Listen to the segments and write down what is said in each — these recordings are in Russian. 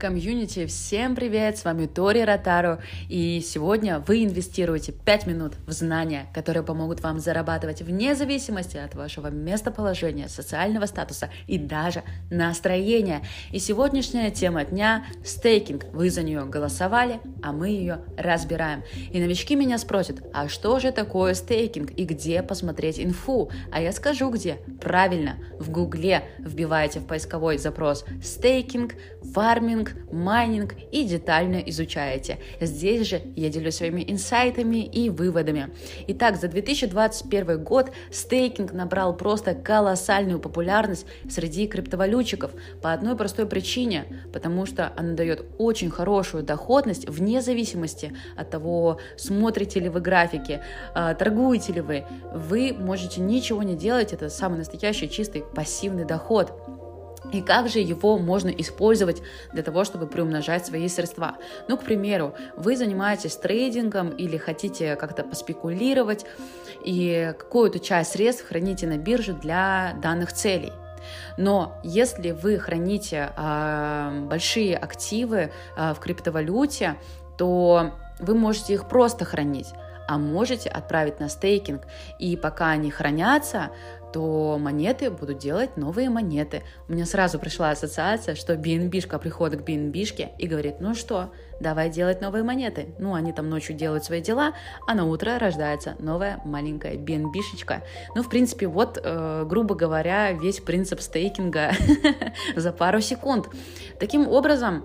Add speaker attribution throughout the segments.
Speaker 1: Комьюнити, всем привет, с вами Тори Ротару, и сегодня вы инвестируете 5 минут в знания, которые помогут вам зарабатывать вне зависимости от вашего местоположения, социального статуса и даже настроения. И сегодняшняя тема дня – стейкинг. Вы за нее голосовали, а мы ее разбираем. И новички меня спросят, а что же такое стейкинг и где посмотреть инфу? А я скажу где. Правильно, в Гугле вбиваете в поисковой запрос стейкинг, фарминг, майнинг и детально изучаете. Здесь же я делюсь своими инсайтами и выводами. Итак, за 2021 год стейкинг набрал просто колоссальную популярность среди криптовалютчиков по одной простой причине, потому что она дает очень хорошую доходность вне зависимости от того, смотрите ли вы графики, торгуете ли вы. Вы можете ничего не делать, это самый настоящий чистый пассивный доход. И как же его можно использовать для того, чтобы приумножать свои средства? Ну, к примеру, вы занимаетесь трейдингом или хотите как-то поспекулировать и какую-то часть средств храните на бирже для данных целей. Но если вы храните большие активы в криптовалюте, то вы можете их просто хранить, а можете отправить на стейкинг. И пока они хранятся, то монеты будут делать новые монеты. У меня сразу пришла ассоциация, что BNB-шка приходит к BNB-шке и говорит, ну что, давай делать новые монеты. Ну, они там ночью делают свои дела, а на утро рождается новая маленькая BNB-шечка. Ну, в принципе, вот, грубо говоря, весь принцип стейкинга за пару секунд. Таким образом,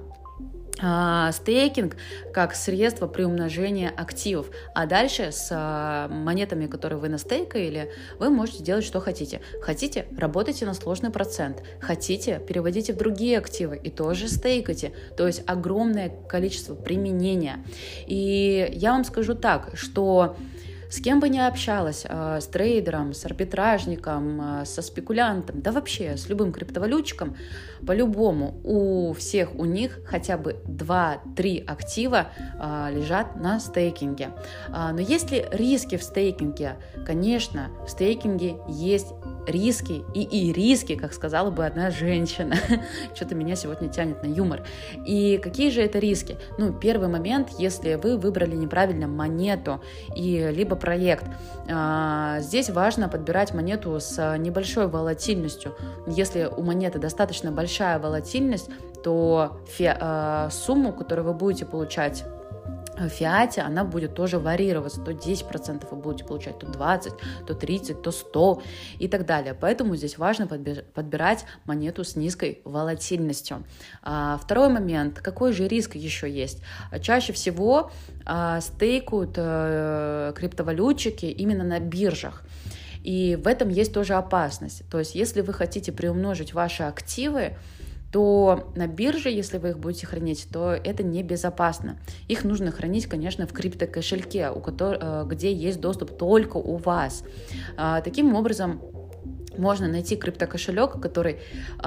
Speaker 1: стейкинг как средство приумножения активов. А дальше с монетами, которые вы настейкали, вы можете делать, что хотите. Хотите, работайте на сложный процент. Хотите, переводите в другие активы и тоже стейкайте. То есть огромное количество применения. И я вам скажу так, что с кем бы ни общалась, с трейдером, с арбитражником, со спекулянтом, да вообще с любым криптовалютчиком, по-любому у всех у них хотя бы 2-3 актива лежат на стейкинге. Но есть ли риски в стейкинге? Конечно, в стейкинге есть риски и риски, как сказала бы одна женщина. Что-то меня сегодня тянет на юмор. И какие же это риски? Ну, первый момент, если вы выбрали неправильно монету и либо проект. Здесь важно подбирать монету с небольшой волатильностью. Если у монеты достаточно большая волатильность, то сумму, которую вы будете получать в фиате, она будет тоже варьироваться. То 10% вы будете получать, то 20%, то 30%, то 100% и так далее. Поэтому здесь важно подбирать монету с низкой волатильностью. Второй момент. Какой же риск еще есть? Чаще всего стейкают криптовалютчики именно на биржах. И в этом есть тоже опасность. То есть если вы хотите приумножить ваши активы, то на бирже, если вы их будете хранить, то это небезопасно. Их нужно хранить, конечно, в криптокошельке, где есть доступ только у вас. Таким образом, можно найти криптокошелек, который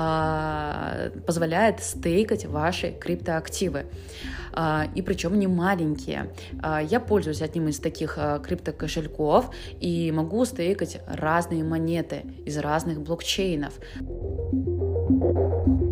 Speaker 1: позволяет стейкать ваши криптоактивы. И причем не маленькие. Я пользуюсь одним из таких криптокошельков и могу стейкать разные монеты из разных блокчейнов.